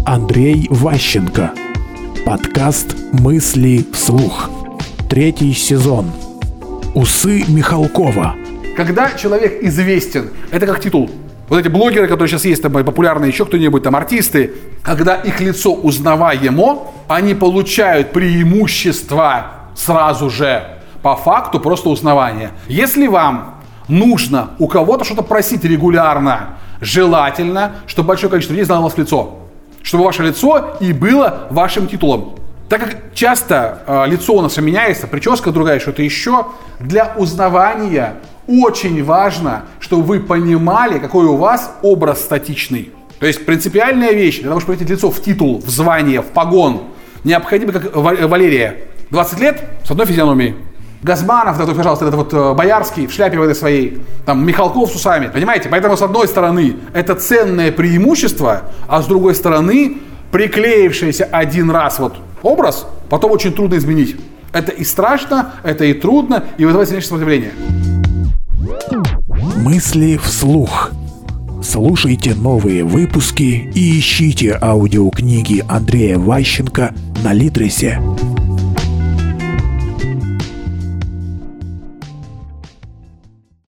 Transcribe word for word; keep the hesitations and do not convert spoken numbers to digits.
Андрей Ващенко. Подкаст «Мысли вслух». Третий сезон. Усы Михалкова. Когда человек известен, это как титул. Вот эти блогеры, которые сейчас есть, там, популярные еще кто-нибудь, там, артисты, когда их лицо узнаваемо, они получают преимущество сразу же, по факту просто узнавания. Если вам нужно у кого-то что-то просить регулярно, желательно, чтобы большое количество людей знало вас лицо. Чтобы ваше лицо и было вашим титулом. Так как часто э, лицо у нас меняется, прическа другая, что-то еще, для узнавания очень важно, чтобы вы понимали, какой у вас образ статичный. То есть принципиальная вещь, для того, чтобы превратить лицо в титул, в звание, в погон, необходимо, как Валерия, двадцать лет с одной физиономией. Газманов, да, пожалуйста, это вот э, Боярский в шляпе в этой своей, там Михалков с усами, понимаете? Поэтому с одной стороны это ценное преимущество, а с другой стороны приклеившийся один раз вот образ потом очень трудно изменить. Это и страшно, это и трудно, и вызывает сильнейшее сопротивление. Мысли вслух. Слушайте новые выпуски и ищите аудиокниги Андрея Ващенко на Литресе.